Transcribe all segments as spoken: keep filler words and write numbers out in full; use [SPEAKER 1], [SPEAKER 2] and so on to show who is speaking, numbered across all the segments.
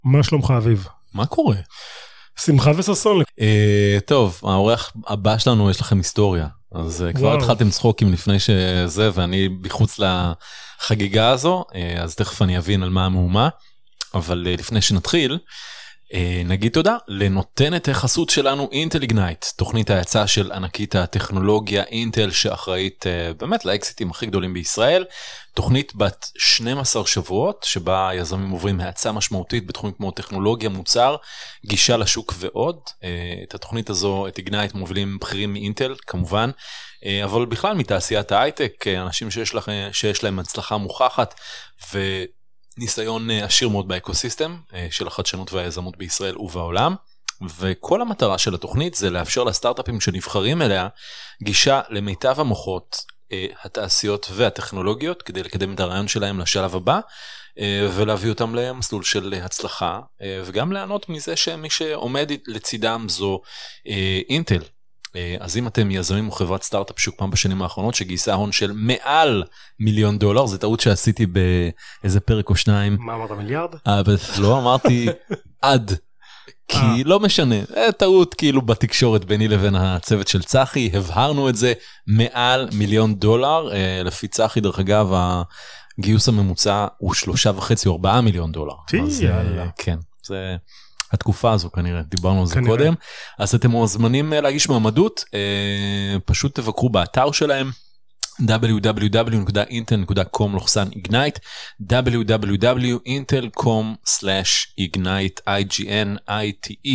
[SPEAKER 1] מה שלומך אביב?
[SPEAKER 2] מה קורה?
[SPEAKER 1] שמחה וססון.
[SPEAKER 2] טוב, האורח הבא שלנו יש לכם היסטוריה, אז כבר התחלתם צחוקים לפני שזה, ואני בחוץ לחגיגה הזו, אז תכף אני אבין על מה המהומה, אבל לפני שנתחיל, נגיד תודה לנותנת החסות שלנו אינטל איגנייט, תוכנית ההאצה של ענקית הטכנולוגיה אינטל שאחראית באמת לאקזיטים הכי גדולים בישראל, תוכנית בת שנים עשר שבועות שבה יזמים עוברים האצה משמעותית בתחומים כמו טכנולוגיה, מוצר, גישה לשוק ועוד. את התוכנית הזו, את איגנייט, מובילים בכירים מאינטל כמובן, אבל בכלל מתעשיית ההייטק, אנשים שיש לכם, שיש להם הצלחה מוכחת ו ניסיון עשיר מאוד באקוסיסטם של החדשנות והיזמות בישראל ובעולם, וכל המטרה של התוכנית זה לאפשר לסטארט-אפים שנבחרים אליה גישה למיטב המוחות, התעשיות והטכנולוגיות כדי לקדם את הרעיון שלהם לשלב הבא, ולהביא אותם למסלול של הצלחה, וגם לענות מזה שמי שעומד לצידם זו אינטל. אז אם אתם יזמים או חברת סטארט-אפ שהוקמה בשנים האחרונות שגייסה הון של מעל מיליון דולר, זה טעות שעשיתי באיזה פרק או שניים.
[SPEAKER 1] מה אמרת, מיליארד?
[SPEAKER 2] לא אמרתי עד, כי לא משנה, טעות כאילו בתקשורת ביני לבין הצוות של צחי, הבהרנו את זה מעל מיליון דולר, לפי צחי דרך אגב הגיוס הממוצע הוא שלושה וחצי או ארבעה מיליון דולר.
[SPEAKER 1] יאללה.
[SPEAKER 2] כן, זה התקופה הזו כנראה, דיברנו על זה קודם, אז אתם מוזמנים להגיש מועמדות, פשוט תבקרו באתר שלהם, דאבליו דאבליו דאבליו נקודה אינטל נקודה קום סלש איגנייט, דאבליו דאבליו דאבליו נקודה אינטל נקודה קום סלש איגנייט, איי ג'י אן איי טי אי.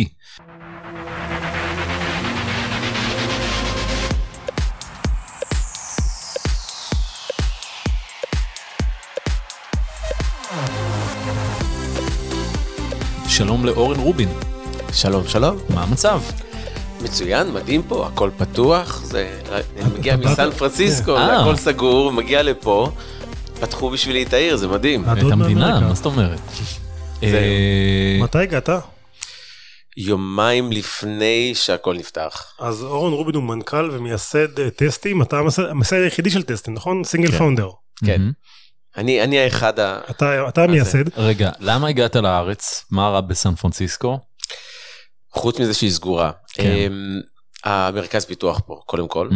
[SPEAKER 2] שלום לאורן רובין.
[SPEAKER 3] שלום, שלום.
[SPEAKER 2] מה המצב?
[SPEAKER 3] מצוין, מדהים פה, הכל פתוח, זה מגיע מסן פרנסיסקו, הכל סגור, מגיע לפה, פתחו בשבילי את העיר, זה מדהים.
[SPEAKER 2] את המדינה, מה זאת אומרת?
[SPEAKER 1] מתי הגעת?
[SPEAKER 3] יומיים לפני שהכל נפתח.
[SPEAKER 1] אז אורן רובין הוא מנכ"ל ומייסד טסטים, אתה המייסד היחידי של טסטים, נכון? סינגל פאונדר.
[SPEAKER 3] כן. אני, אני האחד ה...
[SPEAKER 1] אתה, אתה המייסד.
[SPEAKER 2] רגע, למה הגעת לארץ? מה רע בסן פרנסיסקו?
[SPEAKER 3] חוץ מזה שהיא סגורה.
[SPEAKER 2] כן.
[SPEAKER 3] המרכז פיתוח פה, קודם כל.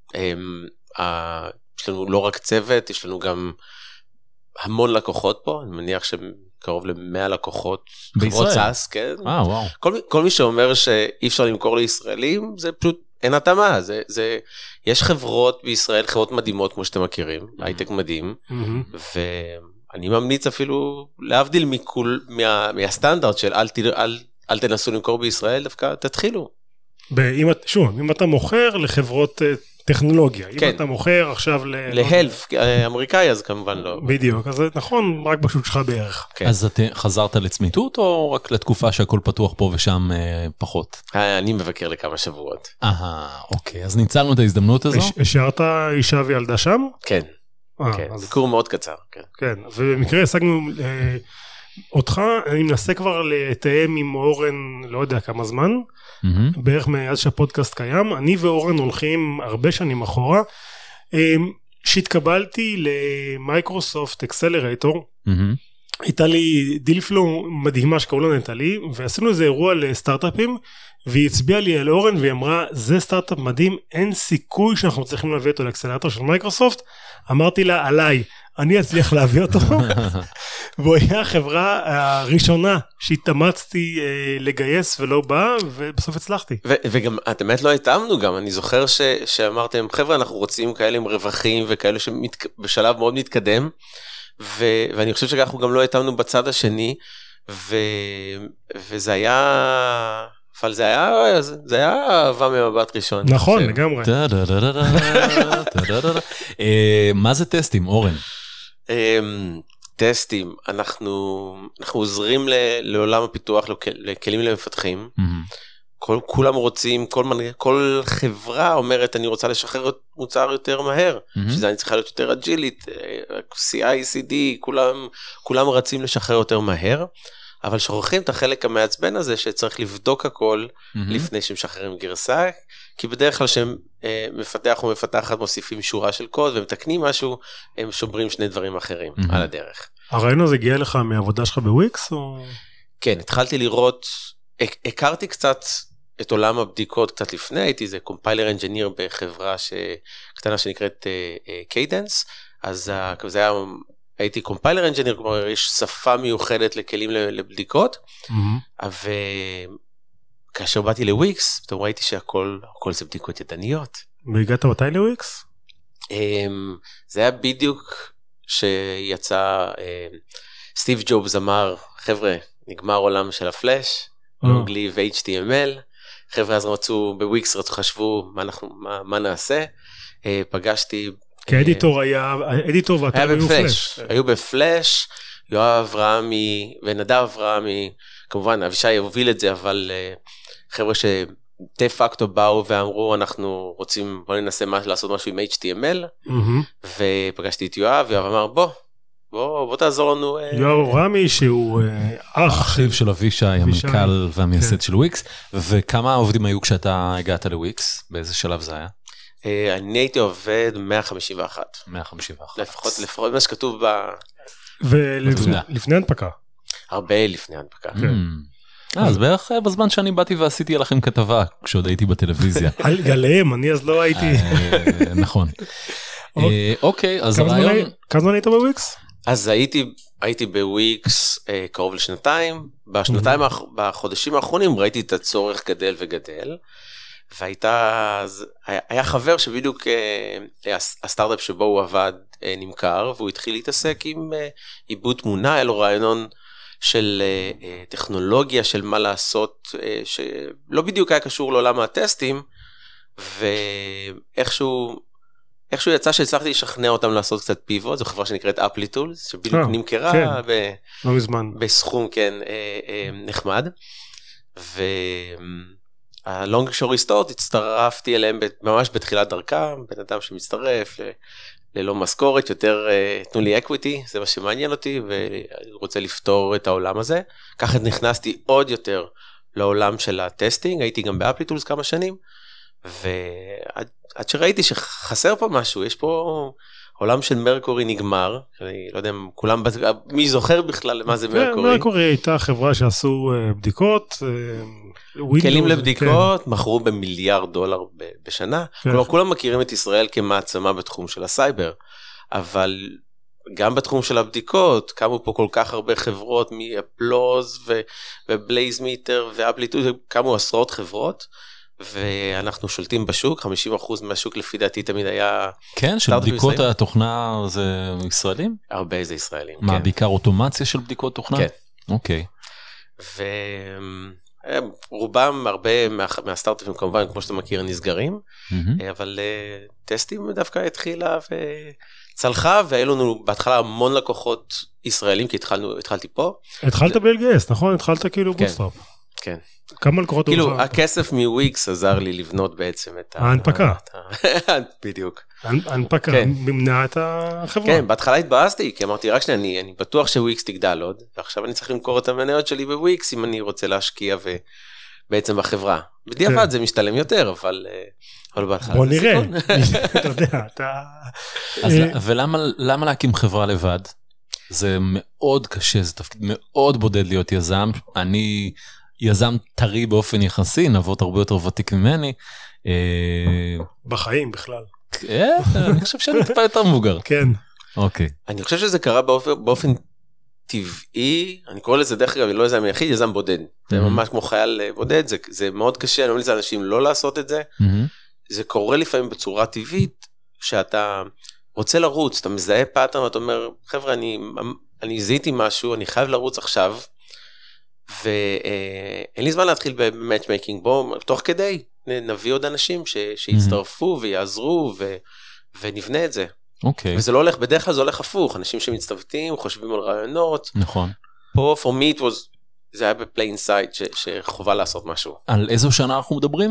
[SPEAKER 3] יש לנו לא רק צוות, יש לנו גם המון לקוחות פה, אני מניח שקרוב למאה לקוחות.
[SPEAKER 2] בישראל?
[SPEAKER 3] חברות סאס, כן.
[SPEAKER 2] אה, וואו.
[SPEAKER 3] כל, כל מי שאומר שאי אפשר למכור לישראלים, זה פשוט אין התאמה. זה, זה, יש חברות בישראל, חברות מדהימות כמו שאתם מכירים, הייטק מדהים, ואני ממליץ אפילו להבדיל מכול, מה, מהסטנדרט של אל, אל, אל תנסו למכור בישראל, דווקא תתחילו.
[SPEAKER 1] אם, שוב, אם אתה מוכר לחברות טכנולוגיה,
[SPEAKER 3] כן.
[SPEAKER 1] אם אתה מוכר עכשיו ל...
[SPEAKER 3] להלף, אמריקאי אז כמובן לא.
[SPEAKER 1] בדיוק, אז זה נכון, רק בשוק שלך בערך.
[SPEAKER 2] כן. אז אתה חזרת לצמיתות או רק לתקופה שהכל פתוח פה ושם אה, פחות?
[SPEAKER 3] אני מבקר לכמה שבועות.
[SPEAKER 2] אהה, אוקיי, אז ניצלנו את ההזדמנות הזו?
[SPEAKER 1] השארת אישה וילדה שם?
[SPEAKER 3] כן,
[SPEAKER 1] אה,
[SPEAKER 3] כן.
[SPEAKER 1] אז...
[SPEAKER 3] ביקור מאוד קצר. כן,
[SPEAKER 1] כן, ובמקרה השגנו אה, אותך, אני מנסה כבר לתאם עם אורן, לא יודע כמה זמן,
[SPEAKER 2] Mm-hmm.
[SPEAKER 1] בערך מאז שהפודקאסט קיים, אני ואורן הולכים הרבה שנים אחורה, שהתקבלתי למייקרוסופט אקסלרייטור,
[SPEAKER 2] Mm-hmm.
[SPEAKER 1] הייתה לי דילפלו מדהימה שקראו לה נטלי, ועשינו איזה אירוע לסטארט-אפים, והיא הצביעה לי על אורן והיא אמרה, זה סטארט-אפ מדהים, אין סיכוי שאנחנו צריכים להביא אותו לאקסלרייטור של מייקרוסופט, אמרתי לה עליי, אני אצליח להביא אותו, והוא היה החברה הראשונה שהתאמצתי לגייס ולא בא, ובסוף הצלחתי.
[SPEAKER 3] וגם, את באמת לא התאמנו גם, אני זוכר שאמרתם, חבר'ה, אנחנו רוצים כאלה עם רווחים, וכאלה שבשלב מאוד מתקדם, ואני חושב שאנחנו גם לא התאמנו בצד השני, וזה היה... אבל זה היה, זה היה אהבה ממבט ראשון.
[SPEAKER 1] נכון, לגמרי.
[SPEAKER 2] מה זה טסטים, אורן?
[SPEAKER 3] טסטים, אנחנו, אנחנו עוזרים לעולם הפיתוח, לכלים למפתחים. כל, כולם רוצים, כל, כל חברה אומרת, אני רוצה לשחרר מוצר יותר מהר, שזה אני צריכה להיות יותר אג'ילית, סי איי, סי די, כולם, כולם רצים לשחרר יותר מהר. אבל שוכחים את החלק המעצבן הזה שצריך לבדוק הכל mm-hmm. לפני שמשחררים גרסה, כי בדרך כלל שהם אה, מפתח או מפתחת מוסיפים שורה של קוד ומתקנים משהו, הם שוברים שני דברים אחרים mm-hmm. על הדרך.
[SPEAKER 1] הרעיון הזה הגיע לך מעבודה שלך בוויקס? או...
[SPEAKER 3] כן, התחלתי לראות, הכרתי קצת את עולם הבדיקות קצת לפני, הייתי איזה קומפיילר אנג'יניר בחברה קטנה שנקראת קיידנס, אז זה היה, הייתי קומפיילר אנג'יניר, כלומר יש שפה מיוחדת לכלים לבדיקות, וכאשר באתי לוויקס, פתאום ראיתי שהכל זה בדיקות ידניות.
[SPEAKER 1] והגעת מתי לוויקס?
[SPEAKER 3] זה היה בדיוק שיצא, סטיב ג'ובס אמר, חבר'ה, נגמר עולם של הפלאש, נוגלי ו-אייץ' טי אם אל, חבר'ה אז רצו, בוויקס רצו חשבו מה, אנחנו, מה, מה נעשה, פגשתי...
[SPEAKER 1] כאדיטור היה, אדיטור ואתה היו בפלאש.
[SPEAKER 3] היו בפלאש, יואב רמי ונדב רמי, כמובן אבישי הוביל את זה, אבל חבר'ה שדה פקטו באו ואמרו, אנחנו רוצים, בוא ננסה לעשות משהו עם אייץ' טי אם אל, ופגשתי את יואב, ויואב אמר בוא, בוא, בוא תעזור לנו.
[SPEAKER 1] יואב רמי שהוא אח.
[SPEAKER 2] אחיו של אבישי, המנכ"ל והמייסד של וויקס, וכמה עובדים היו כשאתה הגעת לוויקס? באיזה שלב זה היה?
[SPEAKER 3] אני הייתי עובד מאה חמישים ואחת.
[SPEAKER 2] מאה חמישים ואחת.
[SPEAKER 3] לפחות, לפחות מה שכתוב ב...
[SPEAKER 1] ולפני הנפקה.
[SPEAKER 3] הרבה לפני הנפקה.
[SPEAKER 2] אז בערך בזמן שאני באתי ועשיתי עליכם כתבה, כשעוד הייתי בטלוויזיה.
[SPEAKER 1] גליהם, אני אז לא הייתי.
[SPEAKER 2] נכון. אוקיי, אז הרעיון...
[SPEAKER 1] כמה זמן היית בוויקס?
[SPEAKER 3] אז הייתי, הייתי בוויקס אה, קרוב לשנתיים, בשנתיים, mm-hmm. בחודשים האחרונים ראיתי את הצורך גדל וגדל, והייתה, היה, היה חבר שבדיוק אה, הסטארט-אפ שבו הוא עבד אה, נמכר, והוא התחיל להתעסק עם אה, עיבוד תמונה, היה לו רעיון של אה, אה, טכנולוגיה של מה לעשות, אה, שלא בדיוק היה קשור לעולם הטסטים, ואיכשהו, איכשהו יצא שהצלחתי לשכנע אותם לעשות קצת פיבוט, זו חברה שנקראת אפליטולס, שבדיוק נמכרה
[SPEAKER 1] כן, ב... לא מזמן.
[SPEAKER 3] בסכום כן אה, אה, נחמד, והלונג שורי סטורט הצטרפתי אליהם ממש בתחילת דרכם, בן אדם שמצטרף ל... ללא משכורת, יותר אה, תנו לי אקוויטי, זה מה שמעניין אותי, ואני רוצה לפתור את העולם הזה. ככה נכנסתי עוד יותר לעולם של הטסטינג, הייתי גם באפליטולס כמה שנים, ועד עד שראיתי שחסר פה משהו, יש פה עולם של מרקורי נגמר, אני לא יודע אם כולם, מי זוכר בכלל מה זה מרקורי?
[SPEAKER 1] מרקורי הייתה חברה שעשו בדיקות,
[SPEAKER 3] כלים לבדיקות, מכרו במיליארד דולר בשנה, כלומר כולם מכירים את ישראל כמעצמה בתחום של הסייבר, אבל גם בתחום של הבדיקות, קמו פה כל כך הרבה חברות, מאפלוז ובלייז מיטר ואפליטוד, קמו עשרות חברות, ואנחנו שולטים בשוק, חמישים אחוז מהשוק לפי דעתי תמיד היה...
[SPEAKER 2] כן, של בדיקות התוכנה זה ישראלים?
[SPEAKER 3] הרבה זה ישראלים,
[SPEAKER 2] מה,
[SPEAKER 3] כן.
[SPEAKER 2] בעיקר אוטומציה של בדיקות תוכנה?
[SPEAKER 3] כן.
[SPEAKER 2] אוקיי.
[SPEAKER 3] ורובם, הרבה מה, מהסטארט-אפים כמובן, כמו שאתה מכיר, נסגרים, mm-hmm. אבל uh, טסטים דווקא התחילה וצלחה, והיו לנו בהתחלה המון לקוחות ישראלים, כי התחלנו, התחלתי פה.
[SPEAKER 1] התחלת ב-אל ג'י אס, נכון? התחלת כאילו בוסטראפ.
[SPEAKER 3] כן.
[SPEAKER 1] כמה לקוחות...
[SPEAKER 3] כאילו, הכסף מוויקס עזר לי לבנות בעצם את ה...
[SPEAKER 1] ההנפקה.
[SPEAKER 3] בדיוק.
[SPEAKER 1] ההנפקה ממנעה את החברה.
[SPEAKER 3] כן, בהתחלה התבאסתי, כי אמרתי, רק שנייה, אני בטוח שוויקס תגדל עוד, ועכשיו אני צריך למכור את המניות שלי בוויקס, אם אני רוצה להשקיע בעצם בחברה. בדיעבד זה משתלם יותר, אבל בהתחלה...
[SPEAKER 1] בוא נראה. אתה יודע, אתה...
[SPEAKER 2] ולמה להקים חברה לבד? זה מאוד קשה, זה תפקיד מאוד בודד להיות יזם. אני... יזם טרי באופן יחסי, נבות הרבה יותר ותיק ממני.
[SPEAKER 1] בחיים בכלל.
[SPEAKER 2] אני חושב שאני טיפה יותר מבוגר.
[SPEAKER 1] כן.
[SPEAKER 2] אוקיי.
[SPEAKER 3] אני חושב שזה קרה באופן טבעי, אני קורא לזה דרך אגב, לא יזם יחיד, יזם בודד. זה ממש כמו חייל בודד, זה מאוד קשה, אני אומר לזה אנשים לא לעשות את זה. זה קורה לפעמים בצורה טבעית, שאתה רוצה לרוץ, אתה מזהה פאטרן, אתה אומר, חבר'ה, אני זיהיתי משהו, אני חייב לרוץ עכשיו, ואין לי זמן להתחיל במאץ'מייקינג, בואו, תוך כדי, נביא עוד אנשים שיצטרפו ויעזרו ונבנה את זה.
[SPEAKER 2] אוקיי.
[SPEAKER 3] וזה לא הולך, בדרך כלל זה הולך הפוך, אנשים שמצטוותים, חושבים על רעיונות.
[SPEAKER 2] נכון.
[SPEAKER 3] פה, for me it was, זה היה בפליין סייד שחובה לעשות משהו.
[SPEAKER 2] על איזו שנה אנחנו מדברים?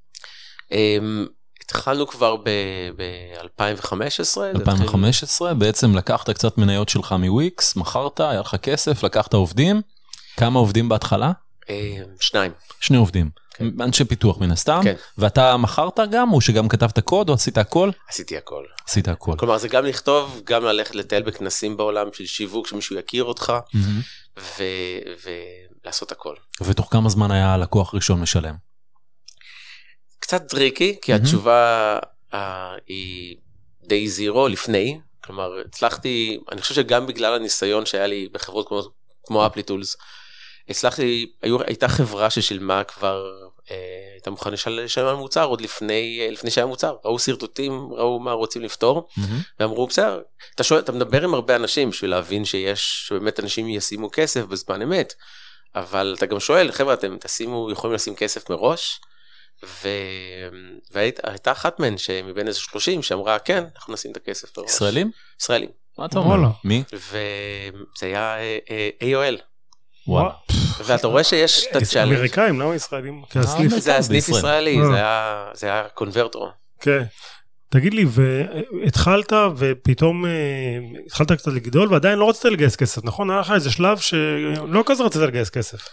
[SPEAKER 3] התחלנו כבר ב-אלפיים וחמש עשרה.
[SPEAKER 2] אלפיים וחמש עשרה, בעצם לקחת קצת מניות שלך מוויקס, מכרת, היה לך כסף, לקחת עובדים. כמה עובדים בהתחלה?
[SPEAKER 3] שניים.
[SPEAKER 2] שני עובדים. אנשי פיתוח מן הסתם. ואתה מכרת גם, או שגם כתבת קוד, או עשית הכל?
[SPEAKER 3] עשיתי הכל.
[SPEAKER 2] עשית הכל.
[SPEAKER 3] כלומר, זה גם לכתוב, גם ללכת לטייל בכנסים בעולם של שיווק, שמישהו יכיר אותך, לעשות הכל.
[SPEAKER 2] ותוך כמה זמן היה הלקוח ראשון משלם?
[SPEAKER 3] קצת טריקי, כי התשובה היא די זירו לפני, כלומר, הצלחתי, אני חושב שגם בגלל הניסיון שהיה לי בחברות כמו, כמו אפליטולס, הצלחתי, היו, הייתה חברה ששילמה כבר, אה, הייתה מוכנה לשלם על מוצר, עוד לפני, לפני שהיה מוצר, ראו סרטוטים, ראו מה רוצים לפתור, mm-hmm. ואמרו, בסדר, אתה שואל, אתה מדבר עם הרבה אנשים, בשביל להבין שיש, שבאמת אנשים ישימו כסף בזמן אמת, אבל אתה גם שואל, חבר'ה, אתם תשימו, יכולים לשים כסף מראש, ו... והייתה אחת מהן שמבין איזה שלושים שאמרה כן אנחנו נשים את הכסף בראש.
[SPEAKER 2] ישראלים?
[SPEAKER 3] ישראלים.
[SPEAKER 2] מה אתה אומר? מי?
[SPEAKER 3] וזה היה איי או אל.
[SPEAKER 2] וואלה.
[SPEAKER 3] ואתה רואה שיש את הצ'אלנג'.
[SPEAKER 1] אמריקאים, למה ישראלים?
[SPEAKER 3] זה היה סניף ישראלי, זה היה קונברטור.
[SPEAKER 1] כן. תגיד לי, והתחלת ופתאום התחלת קצת לגדול ועדיין לא רצית לגייס כסף, נכון? היה לך איזה שלב שלא כזה רצית לגייס כסף.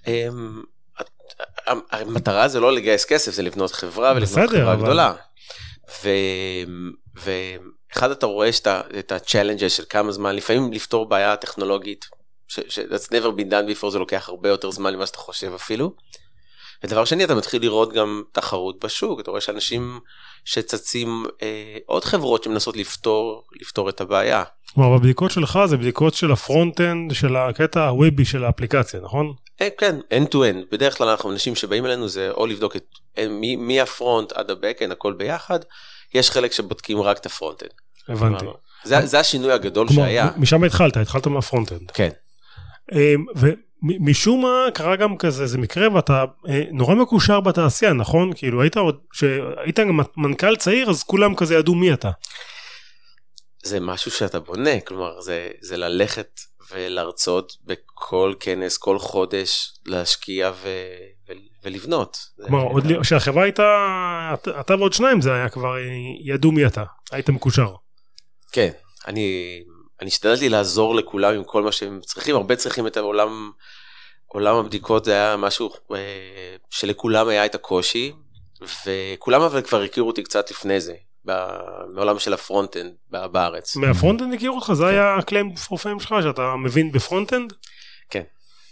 [SPEAKER 3] המטרה זה לא לגייס כסף, זה לבנות חברה ולבנות חברה גדולה. ואחד אתה רואה את ה-challenges של כמה זמן, לפעמים לפתור בעיה טכנולוגית, that's never been done before, זה לוקח הרבה יותר זמן ממה שאתה חושב אפילו. ודבר שני, אתה מתחיל לראות גם תחרות בשוק, אתה רואה שאנשים שצצים עוד חברות שמנסות לפתור, לפתור את הבעיה.
[SPEAKER 1] כלומר, בבדיקות שלך זה בדיקות של הפרונט-אנד, של הקטע הוויבי של האפליקציה, נכון?
[SPEAKER 3] כן, end-to-end. בדרך כלל אנחנו אנשים שבאים אלינו, זה או לבדוק את, מהפרונט עד הבק-אנד, הכל ביחד. יש חלק שבודקים רק את הפרונט-אנד.
[SPEAKER 1] הבנתי.
[SPEAKER 3] זה, זה השינוי הגדול שהיה.
[SPEAKER 1] משם התחלת, התחלת מהפרונט-אנד.
[SPEAKER 3] כן.
[SPEAKER 1] ומשום מה קרה גם כזה, זה מקרה, ואתה נורא מקושר בתעשייה, נכון? כאילו, היית עוד, שהיית גם מנכ"ל צעיר, אז כולם כזה ידעו מי אתה.
[SPEAKER 3] זה משהו שאתה בונה, כלומר, זה, זה ללכת ולהרצות בכל כנס, כל חודש, להשקיע ו, ו, ולבנות.
[SPEAKER 1] כלומר, עוד לי, שהחברה הייתה, אתה, אתה ועוד שניים, זה היה כבר, ידעו מי אתה, היית מקושר.
[SPEAKER 3] כן, אני, אני השתדלתי לעזור לכולם עם כל מה שהם צריכים, הרבה צריכים את העולם, עולם הבדיקות זה היה משהו שלכולם היה את הקושי, וכולם אבל כבר הכירו אותי קצת לפני זה. מעולם של הפרונט-אנד בארץ.
[SPEAKER 1] מהפרונט-אנד הכירו אותך? זה היה הקליים פרופיים שלך, שאתה מבין בפרונט-אנד?
[SPEAKER 3] כן.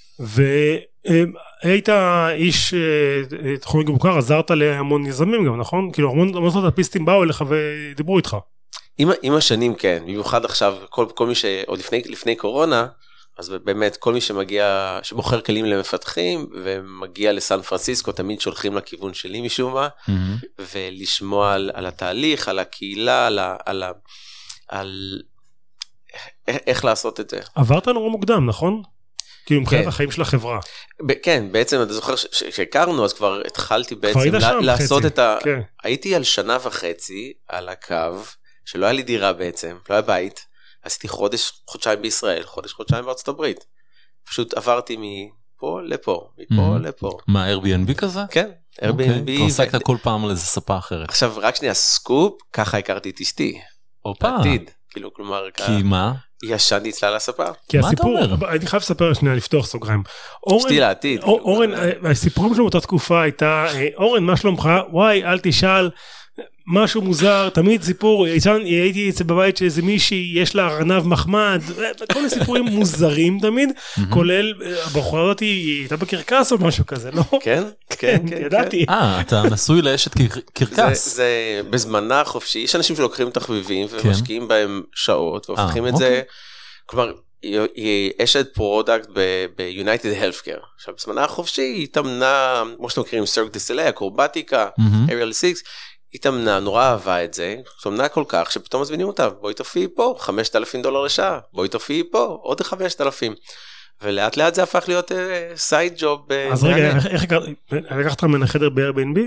[SPEAKER 1] והיית איש טכנולוגי מוכר, עזרת להמון יזמים גם, נכון? כאילו המון סטארט-אפיסטים באו אליך ודיברו איתך.
[SPEAKER 3] עם השנים כן, במיוחד עכשיו, כל מי שעוד לפני קורונה, אז באמת כל מי שמגיע, שבוחר כלים למפתחים, ומגיע לסן פרנסיסקו, תמיד שולחים לכיוון שלי משום מה, mm-hmm. ולשמוע על, על התהליך, על הקהילה, על, על, על איך לעשות את זה.
[SPEAKER 1] עברת נורא מוקדם, נכון? כאילו מבחינת כן. החיים של החברה.
[SPEAKER 3] ב- כן, בעצם אתה זוכר שהכרנו, אז כבר התחלתי בעצם לה, לעשות חצי. את ה... כן. הייתי על שנה וחצי על הקו, שלא היה לי דירה בעצם, לא היה בית, עשיתי חודש, חודשיים בישראל, חודש, חודשיים בארצות הברית. פשוט עברתי מפה לפה, מפה לפה.
[SPEAKER 2] מה, Airbnb כזה?
[SPEAKER 3] כן, Airbnb.
[SPEAKER 2] אתה עוסקת כל פעם על איזה ספה אחרת.
[SPEAKER 3] עכשיו, רק שנייה, סקופ, ככה הכרתי את אשתי.
[SPEAKER 2] אופה.
[SPEAKER 3] בעתיד, כאילו, כלומר...
[SPEAKER 2] כי מה?
[SPEAKER 3] ישנתי אצלה לספה.
[SPEAKER 1] כי הסיפור, אני חייב לספר שנייה, לפתוח סוגריים.
[SPEAKER 3] אשתי לעתיד.
[SPEAKER 1] אורן, הסיפורים שלו באותה תקופה הייתה, אורן, מה שלומך? וואי, אל תשאל. משהו מוזר, תמיד סיפור, הייתי אצל בבית שאיזה מישהי, יש לה ארנב מחמד, כל מיני סיפורים מוזרים תמיד, כולל, הבחורה הזאת היא הייתה בקרקס או משהו כזה, לא?
[SPEAKER 3] כן, כן, כן.
[SPEAKER 1] ידעתי.
[SPEAKER 2] אה, אתה נשוי לאשת קרקס.
[SPEAKER 3] זה בזמנה חופשי, יש אנשים שלוקחים תחביבים ומשקיעים בהם שעות, והופכים את זה, כלומר, היא אשת פרודקט ב-United Healthcare. עכשיו, בזמנה החופשי היא תמנה, כמו שאתם מכירים, Cirque du Soleil, אקרובטיקה, Aerial Six, היא תמנה, נורא אהבה את זה, תמנה כל כך שפתאום מזמינים אותה, בואי תופיעי פה, חמשת אלפים דולר לשעה, בואי תופיעי פה, עוד חמשת אלפים. ולאט לאט זה הפך להיות סייד ג'וב.
[SPEAKER 1] אז רגע, איך לקחת ממנה חדר ב-Airbnb?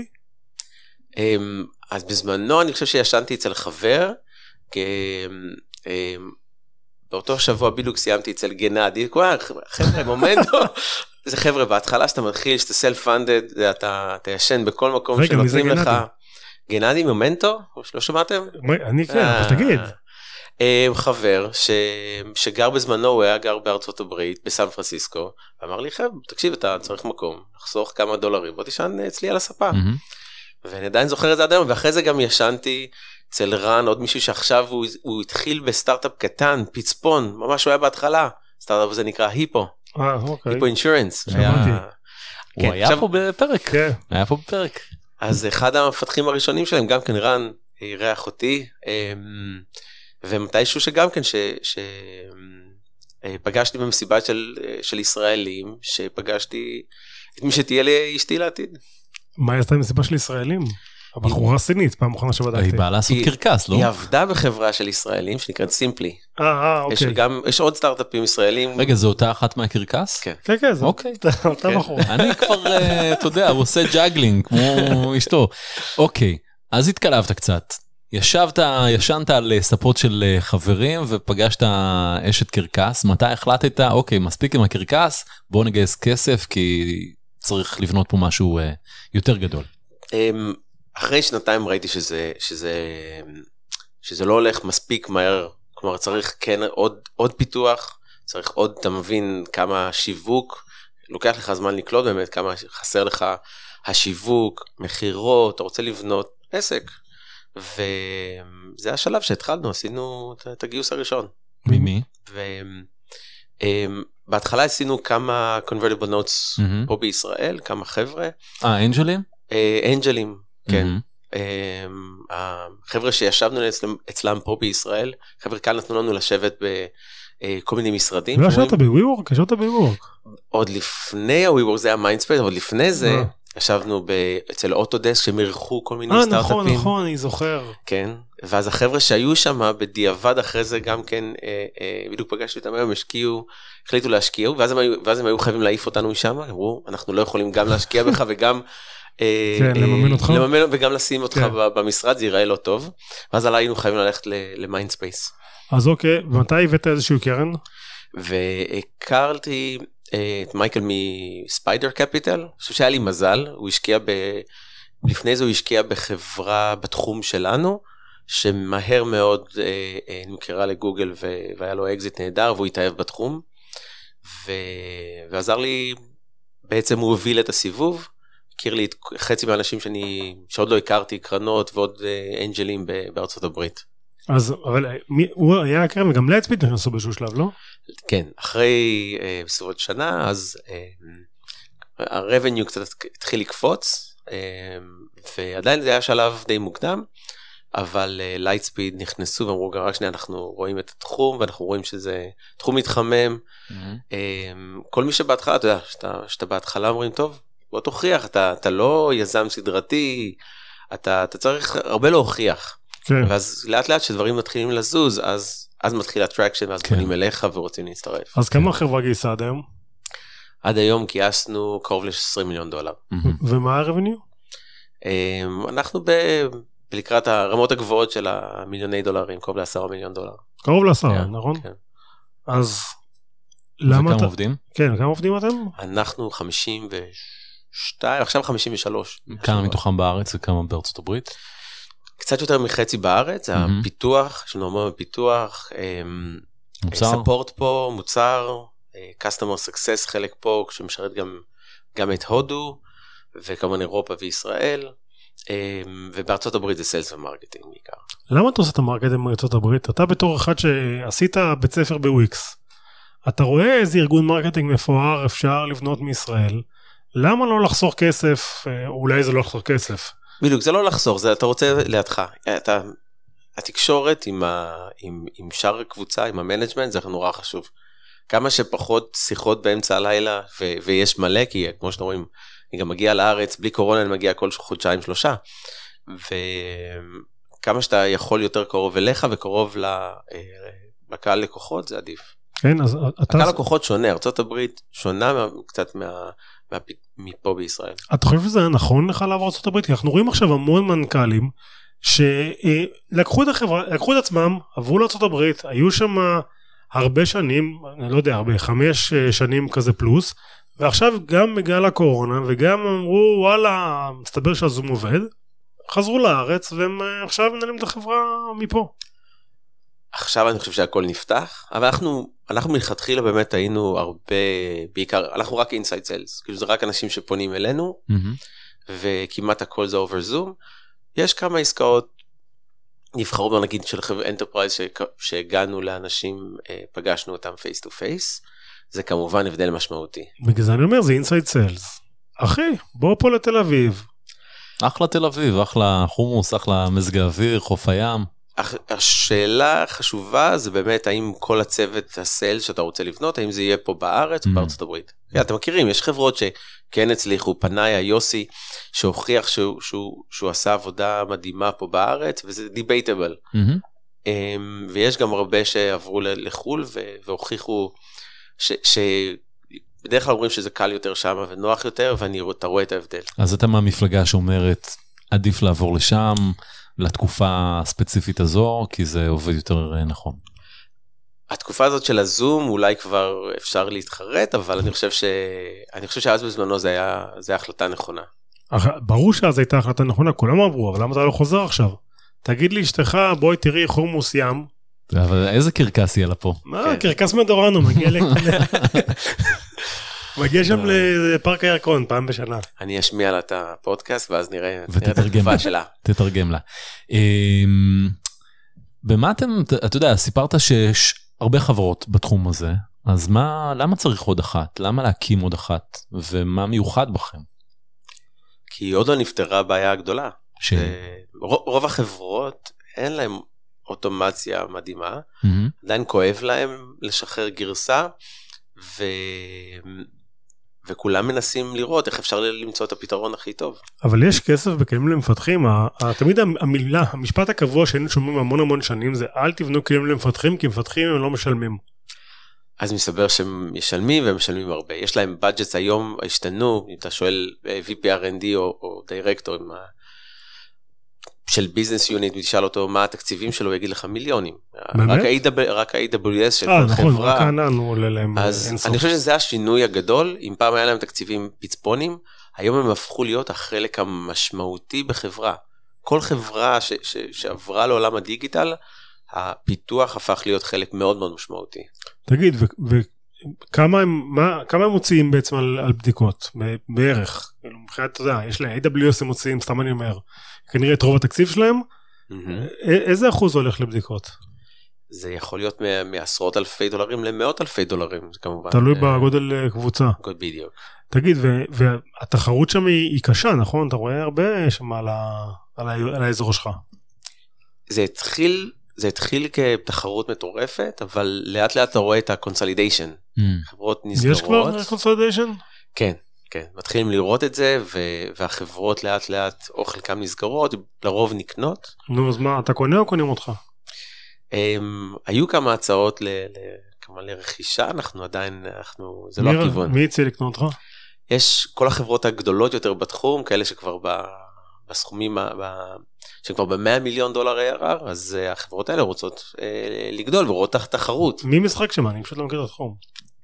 [SPEAKER 3] אז בזמנו אני חושב שישנתי אצל חבר, באותו שבוע בדיוק סיימתי אצל גנדי, חבר'ה, מומנטו, זה חבר'ה, בהתחלה שאתה מתחיל, שאתה self-funded, אתה ישן בכל מקום שנותנים לך. גנדי מומנטו, לא שמעתם?
[SPEAKER 1] אני כן, אבל תגיד.
[SPEAKER 3] חבר שגר בזמנו, הוא היה גר בארצות הברית, בסן פרנסיסקו, ואמר לי, חבר'ה, תקשיב, אתה צריך מקום, לחסוך כמה דולרים, בוא תשען אצלי על הספה. ואני עדיין זוכר את זה עד היום, ואחרי זה גם ישנתי אצל רן, עוד מישהו שעכשיו הוא התחיל בסטארט-אפ קטן, פיצפון, ממש הוא היה בהתחלה, סטארט-אפ הזה נקרא היפו.
[SPEAKER 1] אה, אוקיי.
[SPEAKER 3] היפו אינשורנס.
[SPEAKER 1] שמעתי.
[SPEAKER 2] הוא היה פה בפרק. היה פה בפרק.
[SPEAKER 3] אז אחד המפתחים הראשונים שלהם, גם כן רן, אירח אותי, ומתישהו שגם כן, שפגשתי במסיבה של ישראלים, שפגשתי את מי שתהיה לי אשתי לעתיד.
[SPEAKER 1] מה היא עשתה במסיבה של ישראלים? הבחורה סינית, פעם אחרונה שבדקתי.
[SPEAKER 2] היא באה לעשות קרקס, לא?
[SPEAKER 3] היא עבדה בחברה של ישראלים, שנקראת סימפלי.
[SPEAKER 1] אה, אה, אוקיי.
[SPEAKER 3] יש עוד סטארט-אפים ישראלים.
[SPEAKER 2] רגע, זו אותה אחת מהקרקס?
[SPEAKER 3] כן.
[SPEAKER 1] כן, כן, זו
[SPEAKER 2] אוקיי.
[SPEAKER 1] אותה בחורה.
[SPEAKER 2] אני כבר, אתה יודע, הוא עושה ג'אגלינג, כמו אשתו. אוקיי, אז התקלבת קצת. ישבת, ישנת על ספות של חברים, ופגשת אשת קרקס. מתי החלטת, אוקיי, מספיק עם הקרקס, בואו נגייס כסף, כי צריך לבנות פה משהו יותר גדול.
[SPEAKER 3] אחרי שנתיים ראיתי שזה, שזה, שזה לא הולך מספיק מהר, כלומר צריך כן עוד, עוד פיתוח, צריך עוד, אתה מבין כמה שיווק, לוקח לך זמן לקלוט באמת, כמה חסר לך השיווק, מחירות, אתה רוצה לבנות עסק, וזה השלב שהתחלנו, עשינו את הגיוס הראשון.
[SPEAKER 2] ממי?
[SPEAKER 3] ובהתחלה עשינו כמה convertible notes mm-hmm. פה בישראל, כמה חבר'ה.
[SPEAKER 2] אה, אנג'לים?
[SPEAKER 3] אנג'לים. כן, החבר'ה שישבנו אצלם פה בישראל, חבר'ה כאן נתנו לנו לשבת בכל מיני משרדים.
[SPEAKER 1] לא ישבת בוויוורק? ישבת בוויוורק.
[SPEAKER 3] עוד לפני הוויוורק זה היה מיינדספייס, עוד לפני זה ישבנו אצל אוטודסק שהם ערכו כל מיני סטארט-אפים.
[SPEAKER 1] נכון, נכון, אני זוכר.
[SPEAKER 3] כן, ואז החבר'ה שהיו שם בדיעבד אחרי זה גם כן, בדיוק פגשתי אותם היום, השקיעו, החליטו להשקיע, ואז הם היו חייבים להעיף אותנו משם, אמרו, אנחנו לא יכולים גם להשקיע בך וגם
[SPEAKER 1] לממן אותך
[SPEAKER 3] וגם לשים אותך במשרד, זה ייראה לא טוב, ואז היינו חייבים ללכת למיינדספייס.
[SPEAKER 1] אז אוקיי, ומתי הבאת איזשהו קרן?
[SPEAKER 3] והכרתי את מייקל מספיידר קפיטל, אני חושב שהיה לי מזל, הוא השקיע ב... לפני זה הוא השקיע בחברה בתחום שלנו, שמהר מאוד נמכרה לגוגל והיה לו אקזיט נהדר, והוא התאהב בתחום, ועזר לי, בעצם הוא הוביל את הסיבוב, הכיר לי את חצי מהאנשים שאני, שעוד לא הכרתי, קרנות ועוד אנג'לים בארצות הברית.
[SPEAKER 1] אז, אבל מי, הוא היה הקרן וגם לייטספיד נכנסו באיזשהו שלב, לא?
[SPEAKER 3] כן, אחרי אה, בסביבות שנה, אז אה, הרבניו קצת התחיל לקפוץ, אה, ועדיין זה היה שלב די מוקדם, אבל לייטספיד אה, נכנסו ואמרו, רק שנייה, אנחנו רואים את התחום, ואנחנו רואים שזה תחום מתחמם, mm-hmm. אה, כל מי שבהתחלה, אתה יודע, שאתה, שאתה בהתחלה אומרים, טוב, בוא תוכיח, אתה, אתה לא יזם סדרתי, אתה, אתה צריך הרבה להוכיח. כן. ואז לאט לאט שדברים מתחילים לזוז, אז, אז מתחיל הטרקשן, ואז כן. פונים אליך ורוצים להצטרף.
[SPEAKER 1] אז כמה החברה גייסה עד היום?
[SPEAKER 3] עד היום גייסנו קרוב ל-עשרים מיליון דולר.
[SPEAKER 1] ומה הרבניו?
[SPEAKER 3] אנחנו ב... לקראת הרמות הגבוהות של המיליוני דולרים, קרוב לעשרה מיליון דולר.
[SPEAKER 1] קרוב לעשרה, נכון? כן. אז למה אתה...
[SPEAKER 2] וכמה עובדים?
[SPEAKER 1] כן, כמה עובדים אתם?
[SPEAKER 3] אנחנו חמישים ושתיים, עכשיו חמישים ושלוש.
[SPEAKER 2] כמה מתוכם בארץ וכמה בארצות הברית?
[SPEAKER 3] קצת יותר מחצי בארץ, זה הפיתוח, יש לנו המון פיתוח, ספורט פה, מוצר, customer success חלק פה, שמשרת גם, גם את הודו, וכמובן אירופה וישראל, ובארצות הברית זה סיילס ומרקטינג בעיקר.
[SPEAKER 1] למה אתה עושה את המרקטינג בארצות הברית? אתה בתור אחד שעשית בית ספר בוויקס, אתה רואה איזה ארגון מרקטינג מפואר אפשר לבנות מישראל, למה לא לחסוך כסף, אולי זה לא לחסוך כסף?
[SPEAKER 3] בדיוק, זה לא לחסוך, זה אתה רוצה לידך, אתה, התקשורת עם, ה, עם, עם שאר הקבוצה, עם המנג'מנט, זה נורא חשוב. כמה שפחות שיחות באמצע הלילה, ו, ויש מלא, כי כמו שאתם רואים, אני גם מגיע לארץ, בלי קורונה אני מגיע כל חודשיים שלושה, וכמה שאתה יכול יותר קרוב אליך, וקרוב לקהל לקוחות, זה עדיף.
[SPEAKER 1] כן, אז אתה...
[SPEAKER 3] הקהל לקוחות שונה, ארצות הברית שונה קצת מה... מפה בישראל.
[SPEAKER 1] אתה חושב שזה היה נכון לך לעבור ארצות הברית? כי אנחנו רואים עכשיו המון מנכ"לים שלקחו את החברה, לקחו את עצמם, עברו לארצות הברית, היו שם הרבה שנים, אני לא יודע, הרבה, חמש שנים כזה פלוס, ועכשיו גם בגלל הקורונה, וגם אמרו, וואלה, מסתבר שהזום עובד, חזרו לארץ, והם עכשיו מנהלים את החברה מפה.
[SPEAKER 3] עכשיו אני חושב שהכל נפתח, אבל אנחנו, אנחנו מלכתחילה באמת היינו הרבה, בעיקר, אנחנו רק אינסייד סיילס, כאילו זה רק אנשים שפונים אלינו, mm-hmm. וכמעט הכל זה אובר זום. יש כמה עסקאות, נבחרו בו נגיד של חבר'ה אנטרפרייז, שהגענו לאנשים, פגשנו אותם פייס טו פייס, זה כמובן הבדל משמעותי.
[SPEAKER 1] בגלל זה אני אומר, זה אינסייד סיילס. אחי, בוא פה לתל אביב.
[SPEAKER 2] אחלה תל אביב, אחלה חומוס, אחלה מזג האוויר, חוף הים.
[SPEAKER 3] השאלה החשובה זה באמת האם כל הצוות הסיילס שאתה רוצה לבנות, האם זה יהיה פה בארץ או בארצות הברית. אתם מכירים, יש חברות שכן הצליחו, פנאיה, יוסי, שהוכיח שהוא, שהוא, שהוא עשה עבודה מדהימה פה בארץ, וזה דיבייטבל. ויש גם הרבה שעברו לחול והוכיחו שבדרך כלל אומרים שזה קל יותר שם ונוח יותר, ואתה רואה את ההבדל.
[SPEAKER 2] אז אתה מהמפלגה שאומרת, עדיף לעבור לשם, לתקופה הספציפית הזו, כי זה עובד יותר נכון.
[SPEAKER 3] התקופה הזאת של הזום, אולי כבר אפשר להתחרט, אבל אני חושב ש... אני חושב שאז בזמנו זה היה, זה היה החלטה נכונה.
[SPEAKER 1] ברור שאז הייתה החלטה נכונה, כולם אמרו, אבל למה אתה לא חוזר עכשיו? תגיד לי, אשתך, בואי תראי חומוס ים.
[SPEAKER 2] אבל איזה קרקס יהיה לה פה?
[SPEAKER 1] מה, קרקס מדורנו, מגיע ל... מגיע שם לפארק הירקון, פעם בשנה.
[SPEAKER 3] אני אשמיע לה את הפודקאסט, ואז נראה את התגובה שלה.
[SPEAKER 2] תתרגם לה. במה אתם, אתה יודע, סיפרת שיש הרבה חברות בתחום הזה, אז מה, למה צריך עוד אחת? למה להקים עוד אחת? ומה מיוחד בכם?
[SPEAKER 3] כי עוד לא נפתרה הבעיה הגדולה.
[SPEAKER 2] ש...
[SPEAKER 3] רוב החברות אין להם אוטומציה מדהימה, עדיין כואב להם לשחרר גרסה, ו... וכולם מנסים לראות איך אפשר למצוא את הפתרון הכי טוב.
[SPEAKER 1] אבל יש כסף בכלים למפתחים, תמיד המילה, המשפט הקבוע שהיינו שומעים המון המון שנים, זה אל תבנו כלים למפתחים, כי מפתחים הם לא משלמים.
[SPEAKER 3] אז מסבר שהם משלמים והם משלמים הרבה. יש להם בדג'טס היום, השתנו, אם אתה שואל וי פי אר אנד די או, או דירקטור של ביזנס יוניט, ותשאל אותו מה התקציבים שלו, הוא יגיד לך מיליונים. רק ה-איי דאבליו אס של כל חברה.
[SPEAKER 1] נכון, רק הענן הוא עולה להם
[SPEAKER 3] אז
[SPEAKER 1] אינסוף.
[SPEAKER 3] אני חושב שזה השינוי הגדול, אם פעם היה להם תקציבים פצפונים, היום הם הפכו להיות החלק המשמעותי בחברה. כל חברה ש- ש- שעברה לעולם הדיגיטל, הפיתוח הפך להיות חלק מאוד מאוד משמעותי.
[SPEAKER 1] תגיד, וכמה הם, מה, כמה הם מוציאים בעצם על, על בדיקות? בערך. מבחינת, אתה יודע, יש להם, איי דאבליו אס הם מוציאים, סתם אני אומר, כנראה את רוב התקציב שלהם, איזה אחוז הולך לבדיקות?
[SPEAKER 3] זה יכול להיות מעשרות אלפי דולרים למאות אלפי דולרים, זה כמובן.
[SPEAKER 1] תלוי בגודל קבוצה.
[SPEAKER 3] בדיוק.
[SPEAKER 1] תגיד, והתחרות שם היא קשה, נכון? אתה רואה הרבה שם על האזור שלך.
[SPEAKER 3] זה התחיל, זה התחיל כתחרות מטורפת, אבל לאט לאט אתה רואה את הקונסולידיישן. חברות נסגרות.
[SPEAKER 1] יש כבר קונסולידיישן?
[SPEAKER 3] כן. כן, מתחילים לראות את זה, והחברות לאט לאט, או חלקם נסגרות, לרוב נקנות.
[SPEAKER 1] נו, אז מה, אתה קונה או קונים אותך?
[SPEAKER 3] היו כמה הצעות לרכישה, אנחנו עדיין, אנחנו, זה לא הכיוון.
[SPEAKER 1] מי יצא לקנות אותך?
[SPEAKER 3] יש כל החברות הגדולות יותר בתחום, כאלה שכבר בסכומים, שכבר ב-מאה מיליון דולר איי אר אר, אז החברות האלה רוצות לגדול, ורואות תחרות.
[SPEAKER 1] מי משחק שם? אני פשוט לא מכיר את התחום.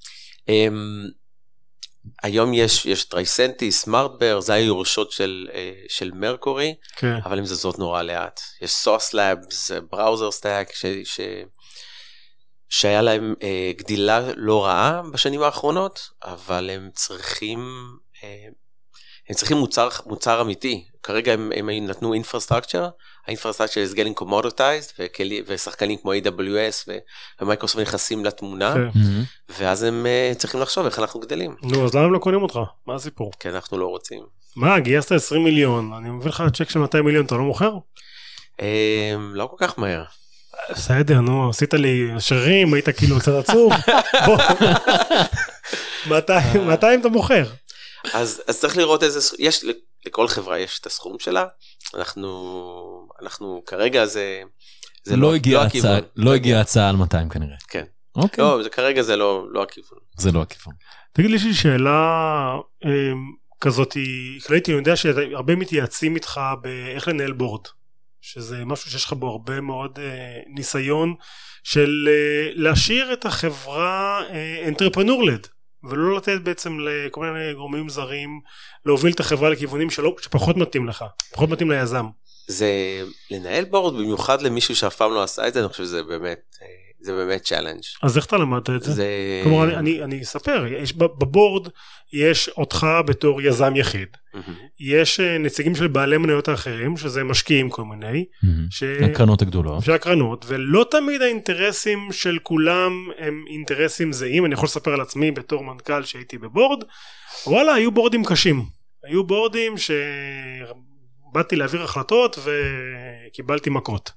[SPEAKER 3] היום יש, יש טרייסנטי, סמארטבר, זה היורשות של, של מרקורי,
[SPEAKER 1] כן.
[SPEAKER 3] אבל הם זזות נורא לאט. יש סוס לאבס, בראוזר סטאק, ש, ש, שהיה להם אה, גדילה לא רעה בשנים האחרונות, אבל הם צריכים, אה, הם צריכים מוצר, מוצר אמיתי. כרגע הם, הם נתנו infrastructure, האינפרסטרקצ'ר is getting commoditized, ושחקנים כמו איי דאבליו אס ומייקרוסופט נכנסים לתמונה, ואז הם צריכים לחשוב איך אנחנו גדלים.
[SPEAKER 1] נו, אז למה הם לא קונים אותך? מה הסיפור?
[SPEAKER 3] כי אנחנו לא רוצים.
[SPEAKER 1] מה, גייסת עשרים מיליון, אני מביא לך צ'ק של מאתיים מיליון, אתה לא מוכר?
[SPEAKER 3] לא כל כך מהר.
[SPEAKER 1] בסדר, נו, עשית לי שרירים, היית כאילו קצת עצוב, בוא, מאתיים אתה מוכר.
[SPEAKER 3] אז צריך לראות איזה, יש, לכל חברה יש את הסכום שלה, אנחנו, אנחנו כרגע זה, זה לא, לא הכיוון.
[SPEAKER 2] לא הגיע הצעה על מאתיים כנראה.
[SPEAKER 3] כן.
[SPEAKER 2] אוקיי.
[SPEAKER 3] לא, זה כרגע זה לא, לא הכיוון.
[SPEAKER 2] זה לא הכיוון.
[SPEAKER 1] תגיד לי שיש לי שאלה אה, כזאת, כללית, אני יודע שהרבה מתייעצים איתך באיך לנהל בורד, שזה משהו שיש לך בו הרבה מאוד אה, ניסיון של אה, להשאיר את החברה אה, אנטרפרנור-לד. ולא לתת בעצם לכל מיני גורמים זרים להוביל את החברה לכיוונים שלא, שפחות מתאים לך, פחות מתאים ליזם.
[SPEAKER 3] זה לנהל בורד, במיוחד למישהו שאף פעם לא עשה את זה, אני חושב שזה באמת זה באמת צ'אלנג'.
[SPEAKER 1] אז איך אתה למדת את זה?
[SPEAKER 3] זה...
[SPEAKER 1] כלומר, אני, אני, אני אספר, יש, בבורד יש אותך בתור יזם יחיד, mm-hmm. יש נציגים של בעלי מניות האחרים, שזה משקיעים כל מיני, mm-hmm. ש...
[SPEAKER 2] הקרנות הגדולות.
[SPEAKER 1] שהקרנות, ולא תמיד האינטרסים של כולם הם אינטרסים זהים, אני יכול לספר על עצמי בתור מנכ"ל שהייתי בבורד, וואלה, היו בורדים קשים, היו בורדים שבאתי להעביר החלטות וקיבלתי מכות.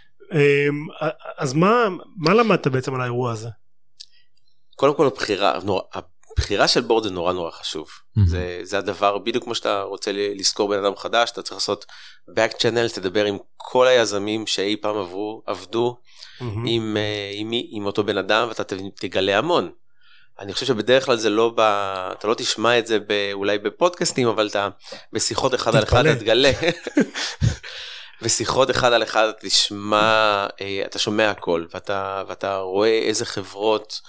[SPEAKER 1] אז מה, מה למדת בעצם על האירוע הזה?
[SPEAKER 3] קודם כל הבחירה, הבחירה של בורד זה נורא נורא חשוב. זה, זה הדבר, בדיוק כמו שאתה רוצה לזכור בן אדם חדש, אתה צריך לעשות back channel, תדבר עם כל היזמים שאי פעם עברו, עבדו עם, עם, עם אותו בן אדם, ואתה תגלה המון. אני חושב שבדרך כלל זה לא, ב... אתה לא תשמע את זה ב... אולי בפודקאסטים, אבל אתה בשיחות אחד על אחד תגלה. בשיחות אחד על אחד אתה תשמע, אתה שומע הכל, ואתה, ואתה רואה איזה חברות,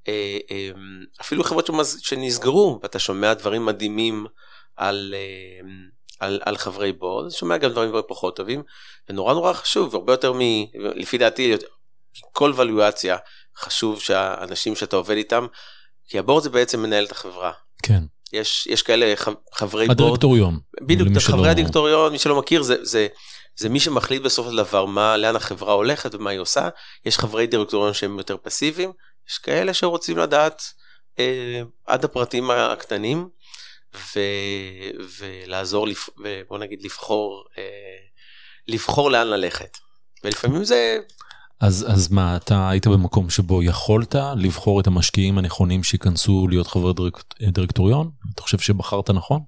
[SPEAKER 3] אפילו חברות שנסגרו, ואתה שומע דברים מדהימים על, על, על חברי בורד, אתה שומע גם דברים פחות טובים, ונורא נורא חשוב, והרבה יותר מ... לפי דעתי, כל ולואציה חשוב שהאנשים שאתה עובד איתם, כי הבורד זה בעצם מנהל את החברה.
[SPEAKER 2] כן.
[SPEAKER 3] יש, יש כאלה חברי בורד.
[SPEAKER 2] הדירקטוריון.
[SPEAKER 3] בדיוק, חברי הדירקטוריון, מי שלא מכיר, זה, זה, זה מי שמחליט בסוף של דבר מה, לאן החברה הולכת ומה היא עושה. יש חברי דירקטוריון שהם יותר פסיביים, יש כאלה שרוצים לדעת אה, עד הפרטים הקטנים, ו, ולעזור, לפ, ובוא נגיד, לבחור, אה, לבחור לאן ללכת. ולפעמים זה...
[SPEAKER 2] אז, אז מה, אתה היית במקום שבו יכולת לבחור את המשקיעים הנכונים שיכנסו להיות חבר דירקט, דירקטוריון? אתה חושב שבחרת נכון?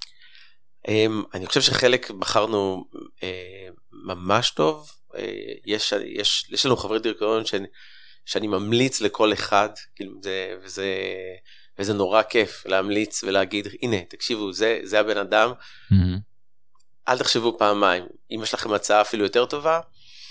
[SPEAKER 3] אני חושב שחלק בחרנו ממש טוב. יש, יש, יש לנו חברי דירקטוריון שאני, שאני ממליץ לכל אחד, זה, וזה, וזה נורא כיף להמליץ ולהגיד, הנה, תקשיבו, זה, זה הבן אדם. Mm-hmm. אל תחשבו פעמיים. אם יש לכם הצעה אפילו יותר טובה,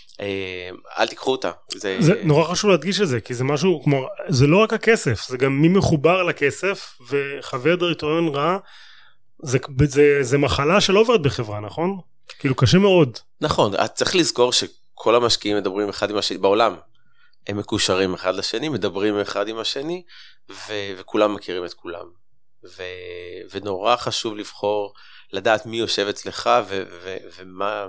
[SPEAKER 3] אל תיקחו אותה.
[SPEAKER 1] זה... זה נורא חשוב להדגיש את זה, כי זה משהו, כמו, זה לא רק הכסף, זה גם מי מחובר לכסף, וחבר דירקטוריון רע, זה, זה, זה מחלה שלא עוברת בחברה, נכון? כאילו קשה מאוד.
[SPEAKER 3] נכון, את צריך לזכור שכל המשקיעים מדברים אחד עם השני, בעולם, הם מקושרים אחד לשני, מדברים אחד עם השני, ו, וכולם מכירים את כולם. ו, ונורא חשוב לבחור, לדעת מי יושב אצלך, ו, ו, ומה...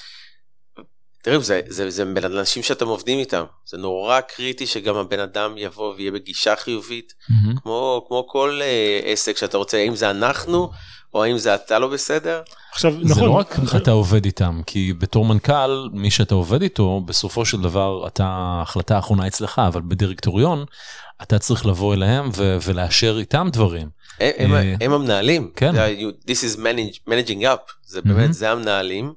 [SPEAKER 3] תראו, זה, זה, זה בין אנשים שאתם עובדים איתם, זה נורא קריטי שגם הבן אדם יבוא ויהיה בגישה חיובית, mm-hmm. כמו, כמו כל uh, עסק שאתה רוצה, האם זה אנחנו, או האם זה אתה לא בסדר.
[SPEAKER 1] עכשיו,
[SPEAKER 2] זה
[SPEAKER 1] נכון.
[SPEAKER 2] לא רק אתה עובד איתם, כי בתור מנכ"ל, מי שאתה עובד איתו, בסופו של דבר, אתה ההחלטה האחרונה אצלך, אבל בדירקטוריון, אתה צריך לבוא אליהם ו- ולאשר איתם דברים.
[SPEAKER 3] הם, הם, הם המנהלים.
[SPEAKER 2] כן.
[SPEAKER 3] This is manage, managing up, זה באמת, mm-hmm. זה המנהלים,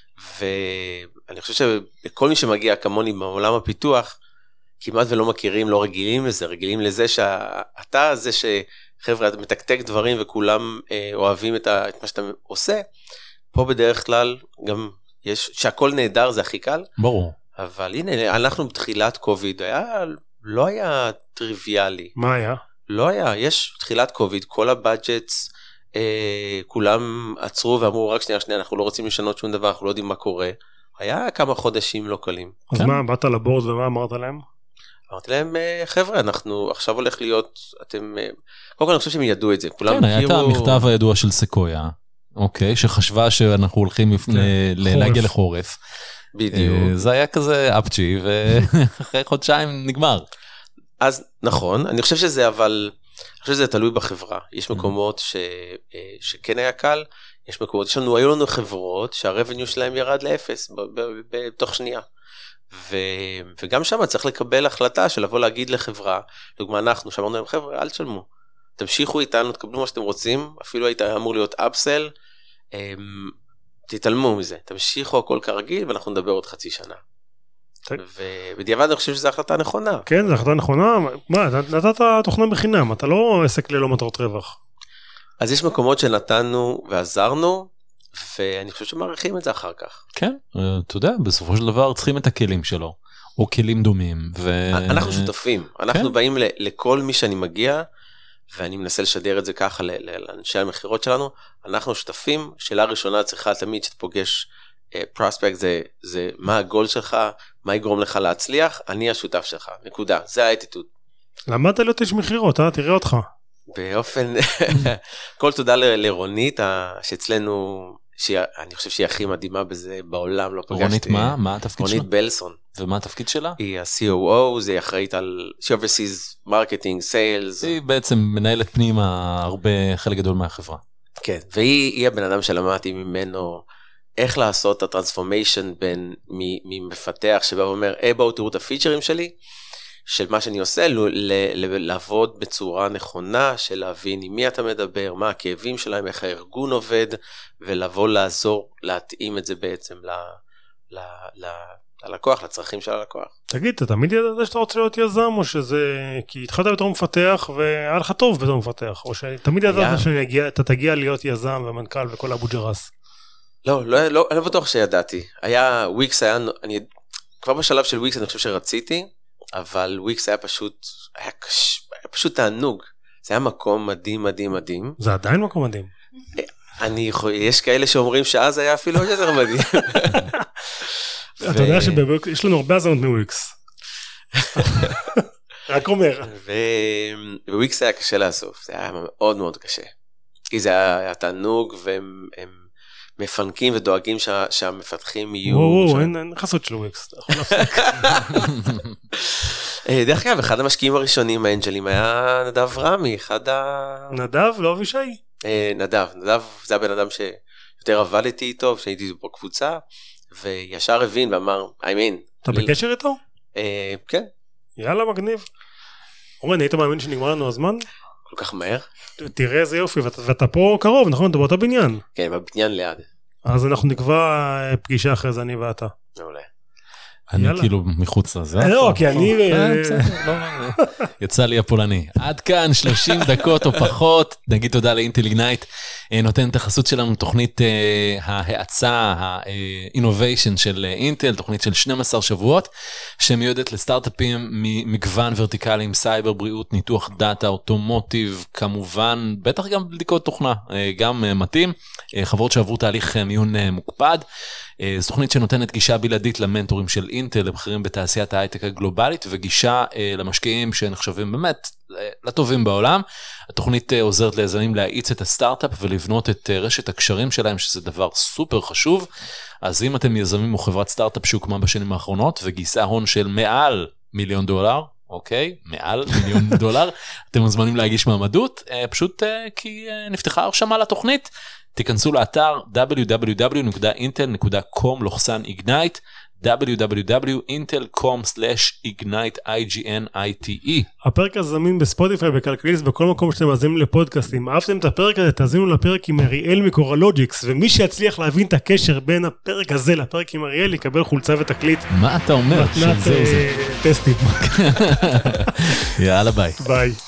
[SPEAKER 3] ואני חושב שכל מי שמגיע כמוני בעולם הפיתוח, כמעט ולא מכירים, לא רגילים לזה, רגילים לזה שאתה זה שחבר'ה, אתה מתקתק דברים וכולם אה, אוהבים את, ה, את מה שאתה עושה, פה בדרך כלל גם יש, שהכל נהדר זה הכי קל.
[SPEAKER 2] ברור.
[SPEAKER 3] אבל הנה, אנחנו בתחילת קוביד, היה, לא היה טריוויאלי.
[SPEAKER 1] מה היה?
[SPEAKER 3] לא היה, יש תחילת קוביד, כל הבאג'טס, אה, כולם עצרו ואמרו, רק שנייה, שנייה, אנחנו לא רוצים לשנות שום דבר, אנחנו לא יודעים מה קורה. היה כמה חודשים לא קלים.
[SPEAKER 1] אז מה, באת לבורד ומה אמרת להם?
[SPEAKER 3] אמרתי להם, חבר'ה, אנחנו עכשיו הולך להיות, אתם, קודם כל אני חושב שהם ידעו את זה, כולם
[SPEAKER 2] כן, היה את המכתב הידוע של סקויה, אוקיי, שחשבה שאנחנו הולכים להגיע לחורף.
[SPEAKER 3] בדיוק.
[SPEAKER 2] זה היה כזה אפצ'י, ואחרי חודשיים נגמר.
[SPEAKER 3] אז נכון, אני חושב שזה אבל, אני חושב שזה תלוי בחברה. יש מקומות ש, שכן היה קל, יש מקומות, יש לנו, היו לנו חברות שהרבניו שלהם ירד לאפס בתוך שנייה. ו, וגם שם צריך לקבל החלטה של לבוא להגיד לחברה, דוגמה אנחנו, שאמרנו להם, חבר'ה, אל תשלמו. תמשיכו איתנו, תקבלו מה שאתם רוצים, אפילו היית אמור להיות אפסל, תתעלמו מזה, תמשיכו הכל כרגיל, ואנחנו נדבר עוד חצי שנה. ובדיעבד אני חושב שזו החלטה נכונה.
[SPEAKER 1] כן, זו החלטה נכונה. מה, נתת תוכנה בחינם, אתה לא עסק ללא מטרות רווח.
[SPEAKER 3] אז יש מקומות שנתנו ועזרנו, ואני חושב שמעריכים את זה אחר כך.
[SPEAKER 2] כן, אתה יודע, בסופו של דבר צריכים את הכלים שלו, או כלים דומים.
[SPEAKER 3] אנחנו שותפים, אנחנו באים לכל מי שאני מגיע, ואני מנסה לשדר את זה ככה לאנשי המחירות שלנו, אנחנו שותפים, שאלה ראשונה צריכה תמיד שתפוגש פרוספקט זה, זה מה הגול שלך, מה יגרום לך להצליח, אני השותף שלך, נקודה, זה האטיטוד.
[SPEAKER 1] למדת להיות איש מכירות, אה? תראה אותך.
[SPEAKER 3] באופן, כל תודה לרונית, שאצלנו, אני חושב שהיא הכי מדהימה בזה בעולם, לא פגשתי.
[SPEAKER 2] רונית מה? מה התפקיד שלה?
[SPEAKER 3] רונית בלסון.
[SPEAKER 2] ומה התפקיד שלה?
[SPEAKER 3] היא ה-סי או או, זה אחראית על Services, Marketing, Sales.
[SPEAKER 2] היא בעצם מנהלת פנימה הרבה, חלק גדול מהחברה.
[SPEAKER 3] כן, והיא הבן אדם שלמדתי ממנו, איך לעשות את הטרנספורמיישן בין ממפתח שבא ואומר, היי בואו תראו את הפיצ'רים שלי, של מה שאני עושה, לעבוד בצורה נכונה, של להבין עם מי אתה מדבר, מה הכאבים שלהם, איך הארגון עובד, ולבוא לעזור, להתאים את זה בעצם ללקוח, לצרכים של הלקוח.
[SPEAKER 1] תגיד, אתה תמיד ידעת שאתה רוצה להיות יזם, או שזה, כי התחלת בתור מפתח, והיה לך טוב בתור מפתח, או שתמיד ידעת שאתה תגיע להיות יזם ומנכ"ל וכל אבו ג'רס?
[SPEAKER 3] לא, לא, לא, אני לא בטוח שידעתי. היה, וויקס היה, אני, כבר בשלב של וויקס אני חושב שרציתי, אבל וויקס היה פשוט, היה, קש, היה פשוט תענוג. זה היה מקום מדהים, מדהים, מדהים.
[SPEAKER 1] זה עדיין מקום מדהים.
[SPEAKER 3] אני, יש כאלה שאומרים שאז היה אפילו עוד יותר מדהים.
[SPEAKER 1] אתה יודע שיש לנו הרבה הזמנות מוויקס. רק אומר.
[SPEAKER 3] וויקס היה קשה לאסוף, זה היה מאוד מאוד קשה. כי זה היה תענוג, והם מפנקים ודואגים שהמפתחים יהיו...
[SPEAKER 1] וואו, אין חסות של וויקס.
[SPEAKER 3] דרך אגב, אחד המשקיעים הראשונים האנג'לים היה נדב רמי, אחד ה...
[SPEAKER 1] נדב, לא אבישי?
[SPEAKER 3] נדב, נדב זה הבן אדם שיותר עבדתי איתו, שהייתי בקבוצה, וישר הבין ואמר, I mean.
[SPEAKER 1] אתה בקשר איתו?
[SPEAKER 3] כן.
[SPEAKER 1] יאללה, מגניב. אורן, היית מאמין שנגמר לנו הזמן?
[SPEAKER 3] כל כך מהר.
[SPEAKER 1] תראה איזה יופי, ואתה פה קרוב, נכון? אתה באותו בניין.
[SPEAKER 3] כן, בבניין ליד.
[SPEAKER 1] אז אנחנו נקבע פגישה אחרי זה, אני ואתה.
[SPEAKER 3] מעולה.
[SPEAKER 2] אני כאילו מחוץ לזה.
[SPEAKER 1] לא, כי אני...
[SPEAKER 2] יצא לי הפולני. עד כאן שלושים דקות או פחות. נגיד תודה לאינטל איגנייט. נותן את החסות שלנו תוכנית ההאצה, ה-innovation של אינטל, תוכנית של שנים עשר שבועות, שמיועדת לסטארט-אפים ממגוון ורטיקליים, סייבר, בריאות, ניתוח דאטה, אוטומוטיב, כמובן, בטח גם בדיקות תוכנה, גם מתאים. חברות שעברו תהליך מיון מוקפד. זו תוכנית שנותנת גישה בלעדית למנטורים של אינטל, לבחירים בתעשיית ההייטק הגלובלית, וגישה למשקיעים שנחשבים באמת לטובים בעולם. התוכנית עוזרת ליזמים להאיץ את הסטארט-אפ ולבנות את רשת הקשרים שלהם, שזה דבר סופר חשוב. אז אם אתם יזמים או חברת סטארט-אפ שהוקמה בשנים האחרונות, וגייסה הון של מעל מיליון דולר, אוקיי, מעל מיליון דולר, אתם מוזמנים להגיש מעמדות, פשוט כי נפתחה הרשמה לתוכנית. תיכנסו לאתר דאבליו דאבליו דאבליו נקודה אינטל נקודה קום סלש איגנייט, דאבליו דאבליו דאבליו נקודה אינטל נקודה קום סלש איגנייט.
[SPEAKER 1] הפרק הזה זמין בספוטיפיי, בכלכליסט, בכל מקום שאתם מאזינים לפודקאסטים. אהבתם את הפרק הזה, תאזינו לפרק עם אריאל מקורלוג'יקס, ומי שיצליח להבין את הקשר בין הפרק הזה לפרק עם אריאל, יקבל חולצה ותקליט.
[SPEAKER 2] מה אתה אומר?
[SPEAKER 1] מתנת טסטים.
[SPEAKER 2] יאללה ביי.
[SPEAKER 1] ביי.